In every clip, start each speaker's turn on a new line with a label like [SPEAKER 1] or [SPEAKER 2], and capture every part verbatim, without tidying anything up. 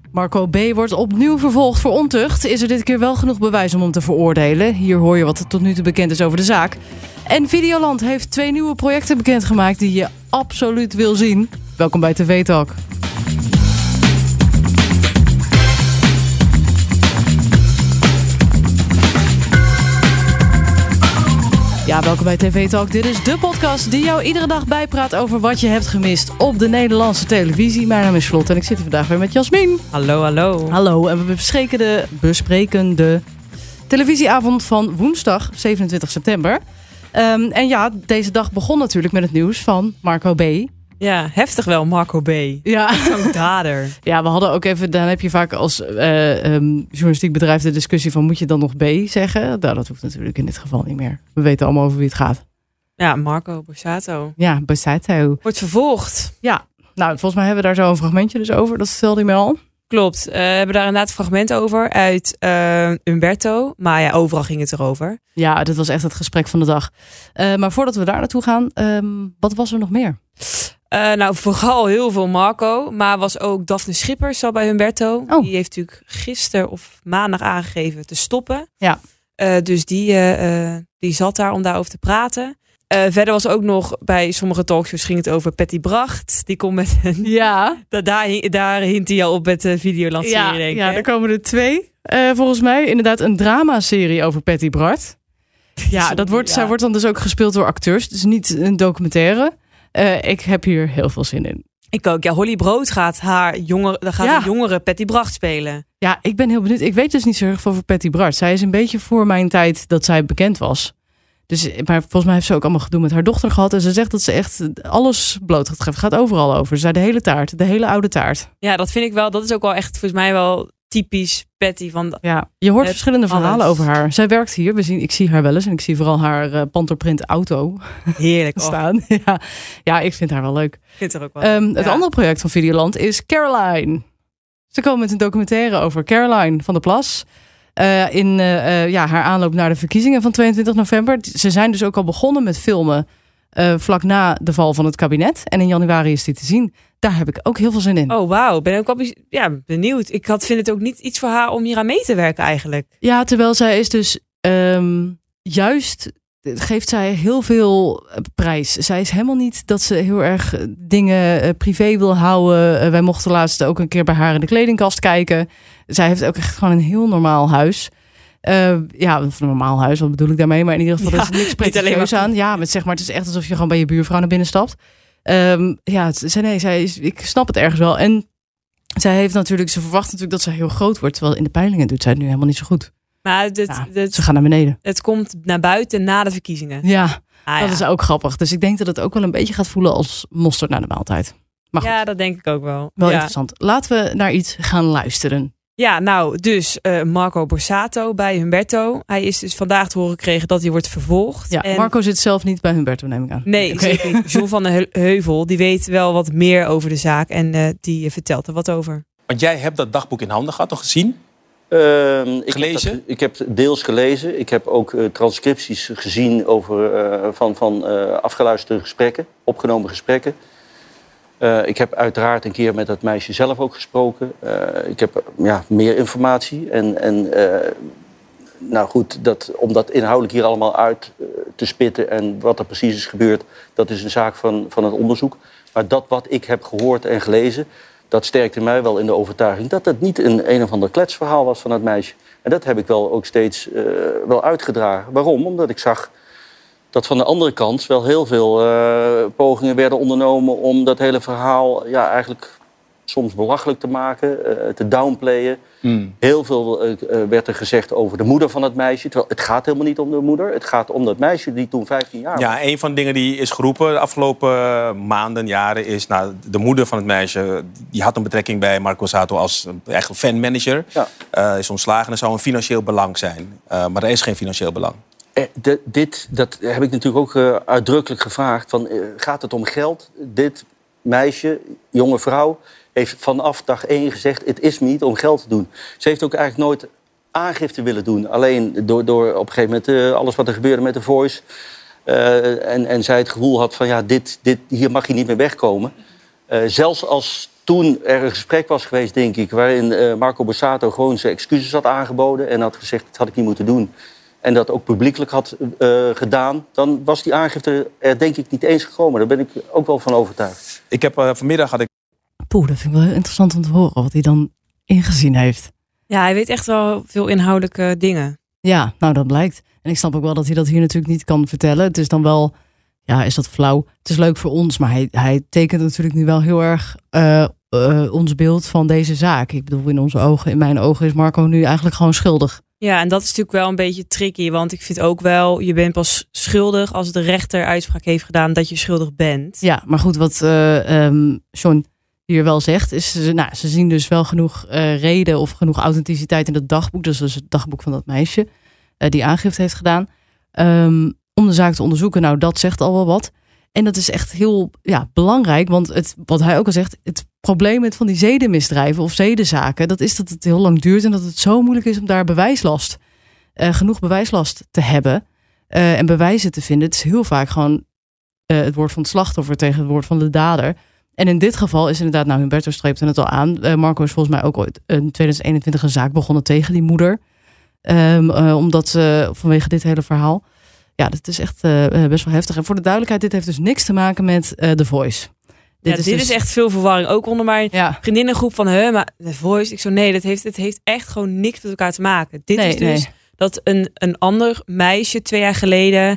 [SPEAKER 1] Marco B. wordt opnieuw vervolgd voor ontucht. Is er dit keer wel genoeg bewijs om hem te veroordelen? Hier hoor je wat tot nu toe bekend is over de zaak. En Videoland heeft twee nieuwe projecten bekendgemaakt die je absoluut wil zien. Welkom bij T V Talk. Ja, welkom bij T V Talk. Dit is de podcast die jou iedere dag bijpraat over wat je hebt gemist op de Nederlandse televisie. Mijn naam is Charlotte en ik zit hier vandaag weer met Jasmin.
[SPEAKER 2] Hallo, hallo.
[SPEAKER 1] Hallo, en we bespreken de, bespreken de televisieavond van woensdag zevenentwintig september. Um, en ja, deze dag begon natuurlijk met het nieuws van Marco B.
[SPEAKER 2] Ja, heftig wel, Marco B.
[SPEAKER 1] Ja.
[SPEAKER 2] Zo'n dader.
[SPEAKER 1] Ja, we hadden ook even, dan heb je vaak als uh, um, journalistiek bedrijf de discussie van moet je dan nog B zeggen? Nou, dat hoeft natuurlijk in dit geval niet meer. We weten allemaal over wie het gaat.
[SPEAKER 2] Ja, Marco Borsato.
[SPEAKER 1] Ja, Borsato.
[SPEAKER 2] Wordt vervolgd.
[SPEAKER 1] Ja, nou, volgens mij hebben we daar zo een fragmentje dus over. Dat stelde je me al.
[SPEAKER 2] Klopt. Uh, we hebben daar inderdaad een fragment over uit uh, Umberto. Maar ja, overal ging het erover.
[SPEAKER 1] Ja, dit was echt het gesprek van de dag. Uh, maar voordat we daar naartoe gaan, um, wat was er nog meer?
[SPEAKER 2] Uh, nou, vooral heel veel Marco. Maar was ook Daphne Schippers al bij Humberto.
[SPEAKER 1] Oh.
[SPEAKER 2] Die heeft natuurlijk gisteren of maandag aangegeven te stoppen.
[SPEAKER 1] Ja.
[SPEAKER 2] Uh, dus die, uh, die zat daar om daarover te praten. Uh, verder was ook nog bij sommige talkshows ging het over Patty Bracht. Die komt met een...
[SPEAKER 1] Ja.
[SPEAKER 2] Da- daar, daar hint hij al op met de Videoland-serie,
[SPEAKER 1] Ja,
[SPEAKER 2] denk ik.
[SPEAKER 1] ja, er komen er twee. Uh, volgens mij inderdaad een dramaserie over Patty Bracht. Ja, dat wordt, ja. Zij wordt dan dus ook gespeeld door acteurs. Dus niet een documentaire. Uh, ik heb hier heel veel zin in.
[SPEAKER 2] Ik ook. Ja, Holly Brood gaat haar jongere, gaat
[SPEAKER 1] ja.
[SPEAKER 2] een jongere Patty Bracht spelen.
[SPEAKER 1] Ja, ik ben heel benieuwd. Ik weet dus niet zo erg veel over Patty Bracht. Zij is een beetje voor mijn tijd dat zij bekend was. Dus, maar volgens mij heeft ze ook allemaal gedoe met haar dochter gehad. En ze zegt dat ze echt alles bloot gaat geven. Het gaat overal over. Ze zei de hele taart. De hele oude taart.
[SPEAKER 2] Ja, dat vind ik wel. Dat is ook wel echt volgens mij wel typisch Patty. Van
[SPEAKER 1] ja, je hoort
[SPEAKER 2] het,
[SPEAKER 1] verschillende verhalen alles. over haar. Zij werkt hier. We zien, ik zie haar wel eens. En ik zie vooral haar uh, panterprint auto
[SPEAKER 2] heerlijk
[SPEAKER 1] staan. Ja. ja, ik vind haar wel leuk.
[SPEAKER 2] Ik vind haar ook wel
[SPEAKER 1] um, het ja. andere project van Videoland is Caroline. Ze komen met een documentaire over Caroline van der Plas. Uh, in uh, uh, ja, haar aanloop naar de verkiezingen van tweeëntwintig november. Ze zijn dus ook al begonnen met filmen uh, vlak na de val van het kabinet. En in januari is die te zien. Daar heb ik ook heel veel zin in.
[SPEAKER 2] Oh, wauw. Ben ook wel ja, benieuwd. Ik had, vind het ook niet iets voor haar om hier aan mee te werken eigenlijk.
[SPEAKER 1] Ja, terwijl zij is dus um, juist... geeft zij heel veel prijs. Zij is helemaal niet dat ze heel erg dingen uh, privé wil houden. Uh, wij mochten laatst ook een keer bij haar in de kledingkast kijken. Zij heeft ook echt gewoon een heel normaal huis. Uh, ja, of een normaal huis, wat bedoel ik daarmee? Maar in ieder geval ja, is er niks pretentieus aan. Ja, met, zeg maar, het is echt alsof je gewoon bij je buurvrouw naar binnen stapt. Um, ja, het, nee, zij is, ik snap het ergens wel. En zij heeft natuurlijk, ze verwacht natuurlijk dat zij heel groot wordt. Terwijl in de peilingen doet zij het nu helemaal niet zo goed.
[SPEAKER 2] Maar het,
[SPEAKER 1] ja,
[SPEAKER 2] het,
[SPEAKER 1] ze gaan naar beneden.
[SPEAKER 2] Het komt naar buiten na de verkiezingen.
[SPEAKER 1] Ja,
[SPEAKER 2] ah,
[SPEAKER 1] dat
[SPEAKER 2] ja.
[SPEAKER 1] is ook grappig. Dus ik denk dat het ook wel een beetje gaat voelen als mosterd na de maaltijd. Maar goed,
[SPEAKER 2] ja, dat denk ik ook wel.
[SPEAKER 1] Wel
[SPEAKER 2] ja.
[SPEAKER 1] interessant. Laten we naar iets gaan luisteren.
[SPEAKER 2] Ja, nou, dus uh, Marco Borsato bij Humberto. Hij is dus vandaag te horen gekregen dat hij wordt vervolgd.
[SPEAKER 1] Ja, en... Marco zit zelf niet bij Humberto, neem ik aan.
[SPEAKER 2] Nee, okay. zeker niet. John van de Heuvel, die weet wel wat meer over de zaak. En uh, die uh, vertelt er wat over.
[SPEAKER 3] Want jij hebt dat dagboek in handen gehad, toch gezien?
[SPEAKER 4] Uh, ik
[SPEAKER 3] gelezen?
[SPEAKER 4] Heb dat, ik heb deels gelezen. Ik heb ook uh, transcripties gezien over, uh, van, van uh, afgeluisterde gesprekken, opgenomen gesprekken. Uh, ik heb uiteraard een keer met dat meisje zelf ook gesproken. Uh, ik heb ja, meer informatie. En, en uh, nou goed, dat, om dat inhoudelijk hier allemaal uit uh, te spitten en wat er precies is gebeurd, dat is een zaak van, van het onderzoek. Maar dat wat ik heb gehoord en gelezen, dat sterkte mij wel in de overtuiging dat het niet een een of ander kletsverhaal was van dat meisje. En dat heb ik wel ook steeds uh, wel uitgedragen. Waarom? Omdat ik zag dat van de andere kant wel heel veel uh, pogingen werden ondernomen om dat hele verhaal ja, eigenlijk soms belachelijk te maken, uh, te downplayen. Mm. Heel veel uh, werd er gezegd over de moeder van het meisje. Terwijl het gaat helemaal niet om de moeder. Het gaat om dat meisje die toen vijftien jaar was.
[SPEAKER 3] Ja, een van de dingen die is geroepen de afgelopen maanden, jaren is... Nou, de moeder van het meisje die had een betrekking bij Marco Borsato als eigenlijk fanmanager. Ja. Uh, is ontslagen. Er zou een financieel belang zijn. Uh, maar er is geen financieel belang.
[SPEAKER 4] Eh, de, dit, dat heb ik natuurlijk ook uh, uitdrukkelijk gevraagd. Van, uh, gaat het om geld? Dit meisje, jonge vrouw, heeft vanaf dag één gezegd, het is me niet om geld te doen. Ze heeft ook eigenlijk nooit aangifte willen doen. Alleen door, door op een gegeven moment uh, alles wat er gebeurde met de Voice. Uh, en, en zij het gevoel had van, ja, dit, dit, hier mag je niet meer wegkomen. Uh, zelfs als toen er een gesprek was geweest, denk ik, waarin uh, Marco Borsato gewoon zijn excuses had aangeboden en had gezegd, dat had ik niet moeten doen. En dat ook publiekelijk had uh, gedaan, dan was die aangifte er denk ik niet eens gekomen. Daar ben ik ook wel van overtuigd.
[SPEAKER 3] Ik heb uh, vanmiddag had ik...
[SPEAKER 1] Poeh, dat vind ik wel heel interessant om te horen, wat hij dan ingezien heeft.
[SPEAKER 2] Ja, hij weet echt wel veel inhoudelijke dingen.
[SPEAKER 1] Ja, nou dat blijkt. En ik snap ook wel dat hij dat hier natuurlijk niet kan vertellen. Het is dan wel, ja, is dat flauw? Het is leuk voor ons, maar hij, hij tekent natuurlijk nu wel heel erg uh, uh, ons beeld van deze zaak. Ik bedoel, in onze ogen, in mijn ogen is Marco nu eigenlijk gewoon schuldig.
[SPEAKER 2] Ja, en dat is natuurlijk wel een beetje tricky. Want ik vind ook wel, je bent pas schuldig als de rechter uitspraak heeft gedaan dat je schuldig bent.
[SPEAKER 1] Ja, maar goed, wat uh, um, John hier wel zegt, is ze, nou, ze zien dus wel genoeg uh, reden of genoeg authenticiteit in dat dagboek. Dus dat is het dagboek van dat meisje uh, die aangifte heeft gedaan. Um, om de zaak te onderzoeken. Nou, dat zegt al wel wat. En dat is echt heel ja, belangrijk. Want het, wat hij ook al zegt, het probleem met van die zedenmisdrijven of zedenzaken, dat is dat het heel lang duurt en dat het zo moeilijk is om daar bewijslast, uh, genoeg bewijslast te hebben uh, en bewijzen te vinden. Het is heel vaak gewoon uh, het woord van het slachtoffer tegen het woord van de dader. En in dit geval is inderdaad, nou Humberto streepte het al aan. Uh, Marco is volgens mij ook ooit in tweeduizend eenentwintig een zaak begonnen tegen die moeder. Um, uh, omdat uh, vanwege dit hele verhaal. Ja, dat is echt uh, best wel heftig. En voor de duidelijkheid, dit heeft dus niks te maken met uh, The Voice.
[SPEAKER 2] Dit, ja, is, dit dus... is echt veel verwarring. Ook onder mijn
[SPEAKER 1] ja.
[SPEAKER 2] vriendinnengroep van, huh, maar The Voice. Ik zo, nee, dat heeft, het heeft echt gewoon niks met elkaar te maken. Dit
[SPEAKER 1] nee,
[SPEAKER 2] is dus
[SPEAKER 1] nee.
[SPEAKER 2] dat een, een ander meisje twee jaar geleden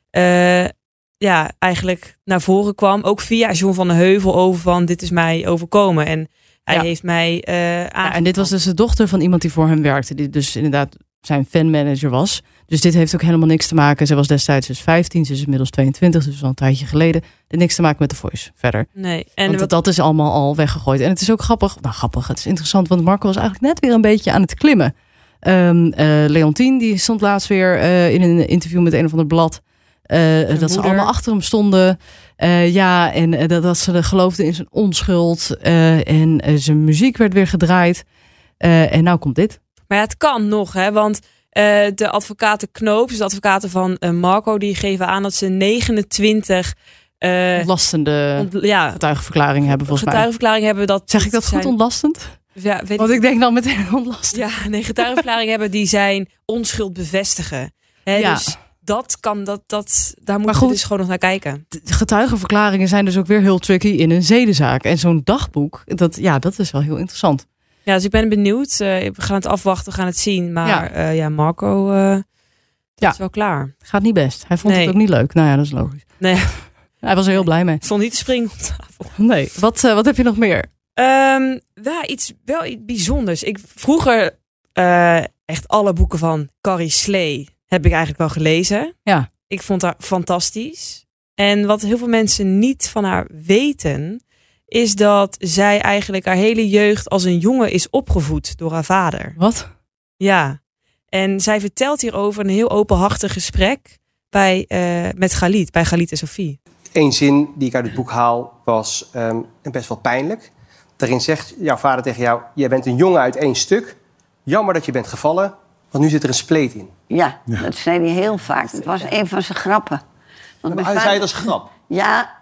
[SPEAKER 2] Uh, ja, eigenlijk naar voren kwam. Ook via John van den Heuvel over van, dit is mij overkomen. En hij ja. heeft mij uh,
[SPEAKER 1] ja, en dit was dus de dochter van iemand die voor hem werkte. Die dus inderdaad zijn fanmanager was. Dus dit heeft ook helemaal niks te maken. Ze was destijds dus vijftien, ze is inmiddels tweeëntwintig. Dus al een tijdje geleden. Dit niks te maken met The Voice verder.
[SPEAKER 2] Nee. En
[SPEAKER 1] want
[SPEAKER 2] wat...
[SPEAKER 1] dat is allemaal al weggegooid. En het is ook grappig. Nou grappig, het is interessant. Want Marco was eigenlijk net weer een beetje aan het klimmen. Um, uh, Leontien, die stond laatst weer uh, in een interview met een of ander blad. Uh, dat moeder. Ze allemaal achter hem stonden. Uh, ja, en uh, dat, dat ze geloofden in zijn onschuld. Uh, en uh, zijn muziek werd weer gedraaid. Uh, en nou komt dit.
[SPEAKER 2] Maar ja, het kan nog, hè? Want uh, de advocaten Knoop, dus de advocaten van uh, Marco, die geven aan dat ze negenentwintig uh,
[SPEAKER 1] ontlastende ont, ja, getuigenverklaringen hebben, volgens mij.
[SPEAKER 2] Getuigenverklaringen hebben dat.
[SPEAKER 1] Zeg ik dat
[SPEAKER 2] zijn...
[SPEAKER 1] goed, ontlastend?
[SPEAKER 2] Ja, weet
[SPEAKER 1] Want ik denk dan meteen ontlastend.
[SPEAKER 2] Ja, nee, getuigenverklaringen hebben die zijn onschuld bevestigen. Hè,
[SPEAKER 1] ja.
[SPEAKER 2] Dus dat kan, dat, dat, daar moeten we dus gewoon nog naar kijken.
[SPEAKER 1] Getuigenverklaringen zijn dus ook weer heel tricky in een zedenzaak. En zo'n dagboek, dat, ja, dat is wel heel interessant.
[SPEAKER 2] Ja, dus ik ben benieuwd. Uh, we gaan het afwachten, we gaan het zien. Maar ja, uh, ja Marco uh,
[SPEAKER 1] ja.
[SPEAKER 2] is wel klaar.
[SPEAKER 1] Gaat niet best. Hij vond
[SPEAKER 2] nee.
[SPEAKER 1] het ook niet leuk. Nou ja, dat is logisch.
[SPEAKER 2] Nee.
[SPEAKER 1] Hij was er heel blij mee.
[SPEAKER 2] Stond niet te springen op tafel.
[SPEAKER 1] Nee. Wat, uh, wat heb je nog meer?
[SPEAKER 2] Um, ja, iets, wel iets bijzonders. Ik, vroeger uh, echt alle boeken van Carrie Slee heb ik eigenlijk wel gelezen.
[SPEAKER 1] Ja.
[SPEAKER 2] Ik vond haar fantastisch. En wat heel veel mensen niet van haar weten, is dat zij eigenlijk haar hele jeugd als een jongen is opgevoed door haar vader.
[SPEAKER 1] Wat?
[SPEAKER 2] Ja. En zij vertelt hierover een heel openhartig gesprek bij, uh, met Galit, bij Galit en Sophie.
[SPEAKER 5] Eén zin die ik uit het boek haal was um, best wel pijnlijk. Daarin zegt jouw vader tegen jou, jij bent een jongen uit één stuk. Jammer dat je bent gevallen, want nu zit er een spleet in.
[SPEAKER 6] Ja, ja. Dat zei hij heel vaak. Het was een van zijn grappen.
[SPEAKER 5] Want maar hij vader... zei het als grap?
[SPEAKER 6] Ja,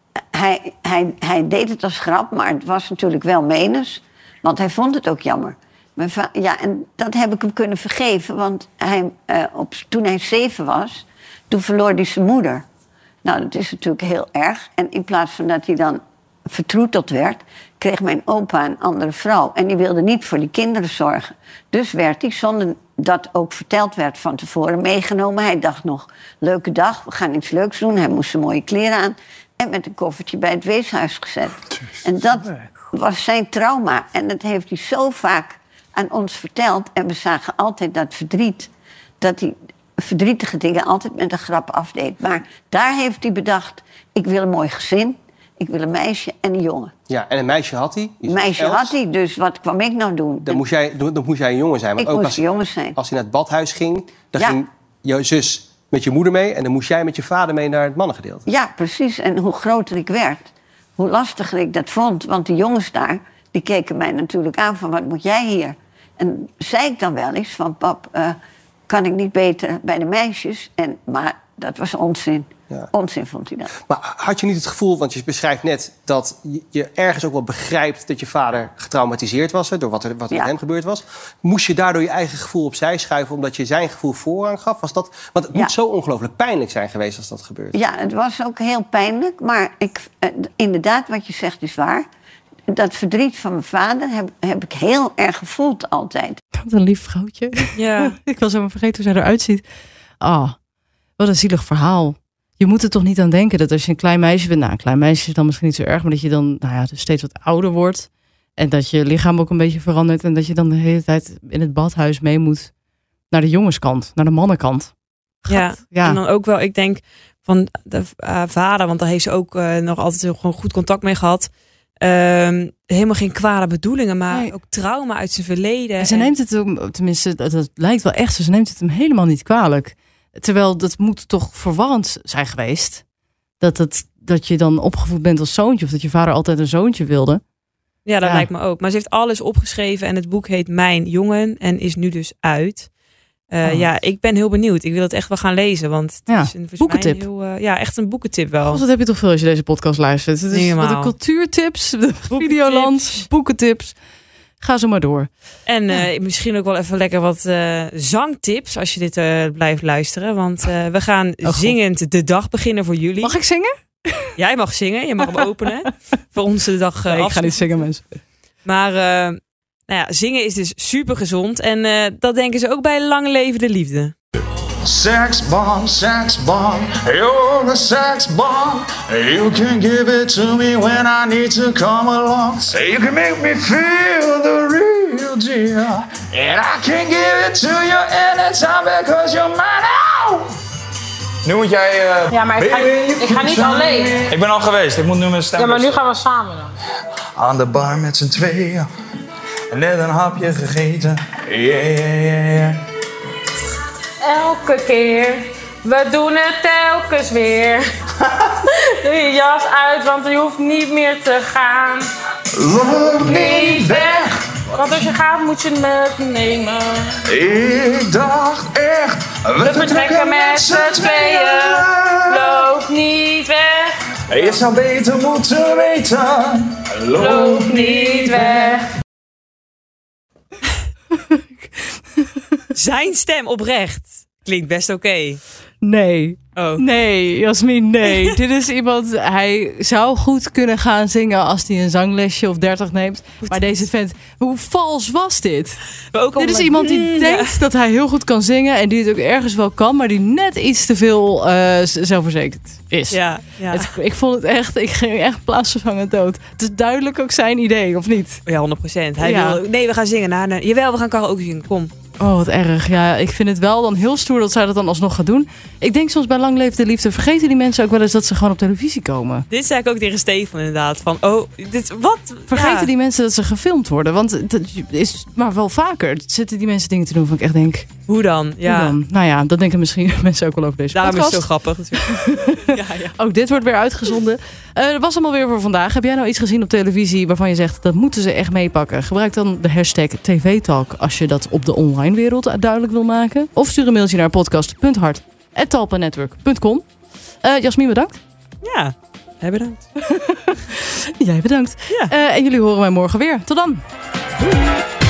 [SPEAKER 6] hij, hij, hij deed het als grap, maar het was natuurlijk wel menens. Want hij vond het ook jammer. Mijn va- ja, en dat heb ik hem kunnen vergeven. Want hij, uh, op, toen hij zeven was, toen verloor hij zijn moeder. Nou, dat is natuurlijk heel erg. En in plaats van dat hij dan vertroeteld werd, kreeg mijn opa een andere vrouw. En die wilde niet voor die kinderen zorgen. Dus werd hij, zonder dat ook verteld werd van tevoren, meegenomen. Hij dacht nog, leuke dag, we gaan iets leuks doen. Hij moest zijn mooie kleren aan. En met een koffertje bij het weeshuis gezet. En dat was zijn trauma. En dat heeft hij zo vaak aan ons verteld. En we zagen altijd dat verdriet. Dat hij verdrietige dingen altijd met een grap afdeed. Maar daar heeft hij bedacht, ik wil een mooi gezin. Ik wil een meisje en een jongen.
[SPEAKER 5] Ja, en een meisje had hij.
[SPEAKER 6] Een meisje Els. had hij, dus wat kwam ik nou doen?
[SPEAKER 5] Dan moest jij, dan moest jij een jongen zijn. Want
[SPEAKER 6] ik
[SPEAKER 5] ook
[SPEAKER 6] moest
[SPEAKER 5] als,
[SPEAKER 6] een jongen zijn.
[SPEAKER 5] Als hij naar het badhuis ging, dan
[SPEAKER 6] ja.
[SPEAKER 5] ging jouw zus met je moeder mee. En dan moest jij met je vader mee naar het mannengedeelte.
[SPEAKER 6] Ja, precies. En hoe groter ik werd, hoe lastiger ik dat vond. Want de jongens daar, die keken mij natuurlijk aan van, wat moet jij hier? En zei ik dan wel eens van, pap, uh, kan ik niet beter bij de meisjes? En, maar dat was onzin. Ja. Onzin vond hij dat.
[SPEAKER 5] Maar had je niet het gevoel, want je beschrijft net dat je ergens ook wel begrijpt dat je vader getraumatiseerd was hè, door wat er, wat er ja. met hem gebeurd was. Moest je daardoor je eigen gevoel opzij schuiven omdat je zijn gevoel voorrang gaf? Was dat, want het ja. moet zo ongelooflijk pijnlijk zijn geweest als dat gebeurt.
[SPEAKER 6] Ja, het was ook heel pijnlijk. Maar ik, inderdaad, wat je zegt is waar. Dat verdriet van mijn vader heb, heb ik heel erg gevoeld altijd.
[SPEAKER 1] Wat een lief vrouwtje. Ja. Ik was helemaal vergeten hoe zij eruit ziet. Ah, oh, wat een zielig verhaal. Je moet er toch niet aan denken dat als je een klein meisje bent... Nou, een klein meisje is dan misschien niet zo erg... maar dat je dan nou ja, dus steeds wat ouder wordt... en dat je lichaam ook een beetje verandert... en dat je dan de hele tijd in het badhuis mee moet... naar de jongenskant, naar de mannenkant.
[SPEAKER 2] Ja, ja. En dan ook wel, ik denk van de uh, vader... want daar heeft ze ook uh, nog altijd heel gewoon goed contact mee gehad... Um, helemaal geen kwade bedoelingen, maar nee. ook trauma uit zijn verleden.
[SPEAKER 1] En ze en... neemt het ook, tenminste, dat, dat lijkt wel echt zo... ze neemt het hem helemaal niet kwalijk... Terwijl dat moet toch verwarrend zijn geweest. Dat, het, dat je dan opgevoed bent als zoontje. Of dat je vader altijd een zoontje wilde.
[SPEAKER 2] Ja, dat ja. lijkt me ook. Maar ze heeft alles opgeschreven. En het boek heet Mijn Jongen. En is nu dus uit. Uh, oh. Ja, ik ben heel benieuwd. Ik wil het echt wel gaan lezen. Want het
[SPEAKER 1] ja.
[SPEAKER 2] is een
[SPEAKER 1] boekentip.
[SPEAKER 2] Heel, uh, ja, echt een boekentip wel.
[SPEAKER 1] Oh, dat heb je toch veel als je deze podcast luistert. Het is wat de cultuurtips, de Videoland, boekentips. Ga zo maar door.
[SPEAKER 2] En uh, ja. misschien ook wel even lekker wat uh, zangtips als je dit uh, blijft luisteren. Want uh, we gaan oh, zingend de dag beginnen voor jullie.
[SPEAKER 1] Mag ik zingen?
[SPEAKER 2] Jij mag zingen. Je mag hem openen. Voor ons de dag uh,
[SPEAKER 1] nee, ik ga niet zingen, mensen.
[SPEAKER 2] Maar uh, nou ja, zingen is dus super gezond. En uh, dat denken ze ook bij Lang Leven de Liefde.
[SPEAKER 7] Sex bomb, sex bomb, you're a sex bomb. You can give it to me when I need to come along. You can make me feel the real deal. And I can give it to you anytime because you're mine. Ow! Nu moet jij... Uh,
[SPEAKER 8] ja, maar ik ga, ik ga niet alleen.
[SPEAKER 7] Ik ben al geweest, ik moet nu mijn stem...
[SPEAKER 8] Ja, maar nu gaan we samen dan.
[SPEAKER 7] Aan de bar met z'n tweeën. Net een hapje gegeten. Yeah, yeah, yeah, yeah.
[SPEAKER 8] Elke keer, we doen het telkens weer. Doe je jas uit, want je hoeft niet meer te gaan.
[SPEAKER 7] Loop niet weg.
[SPEAKER 8] Want als je gaat, moet je het meenemen.
[SPEAKER 7] Ik dacht echt, we,
[SPEAKER 8] we vertrekken met z'n tweeën. Loop niet weg.
[SPEAKER 7] Je zou beter moeten weten.
[SPEAKER 8] Loop, Loop niet weg.
[SPEAKER 2] Zijn stem oprecht klinkt best oké. Okay.
[SPEAKER 1] Nee.
[SPEAKER 2] Oh.
[SPEAKER 1] Nee, Jasmin, nee. Dit is iemand, hij zou goed kunnen gaan zingen als hij een zanglesje of dertig neemt. Maar deze vent, hoe vals was dit?
[SPEAKER 2] Ook
[SPEAKER 1] dit is iemand die mm, denkt ja. dat hij heel goed kan zingen en die het ook ergens wel kan, maar die net iets te veel uh, zelfverzekerd is.
[SPEAKER 2] Ja, ja.
[SPEAKER 1] Het, ik vond het echt, ik ging echt plaatsvervangend dood. Het is duidelijk ook zijn idee, of niet?
[SPEAKER 2] Ja, honderd procent. Hij ja. wil, nee, we gaan zingen. Nou, nou, jawel, we gaan karaoke zingen, kom.
[SPEAKER 1] Oh, wat erg. Ja, ik vind het wel dan heel stoer dat zij dat dan alsnog gaat doen. Ik denk soms bij Lang Leefde de Liefde vergeten die mensen ook wel eens dat ze gewoon op televisie komen.
[SPEAKER 2] Dit zei ik ook tegen Stefan inderdaad. Van, oh, dit, wat?
[SPEAKER 1] Vergeten
[SPEAKER 2] ja.
[SPEAKER 1] die mensen dat ze gefilmd worden? Want dat is maar wel vaker. Zitten die mensen dingen te doen van ik echt denk...
[SPEAKER 2] Hoe dan? Ja.
[SPEAKER 1] Hoe dan? Nou ja, dat denken misschien mensen ook wel over deze
[SPEAKER 2] Daarom
[SPEAKER 1] podcast.
[SPEAKER 2] Daarom is het zo grappig. ja, ja.
[SPEAKER 1] Ook dit wordt weer uitgezonden. Uh, dat was allemaal weer voor vandaag. Heb jij nou iets gezien op televisie waarvan je zegt dat moeten ze echt meepakken? Gebruik dan de hashtag T V Talk als je dat op de online wereld duidelijk wil maken. Of stuur een mailtje naar podcast punt hart apenstaartje talpanetwork punt com. Uh, Jasmin, bedankt.
[SPEAKER 2] Ja, jij bedankt.
[SPEAKER 1] jij bedankt.
[SPEAKER 2] Ja.
[SPEAKER 1] Uh, en jullie horen mij morgen weer. Tot dan.
[SPEAKER 2] Doei.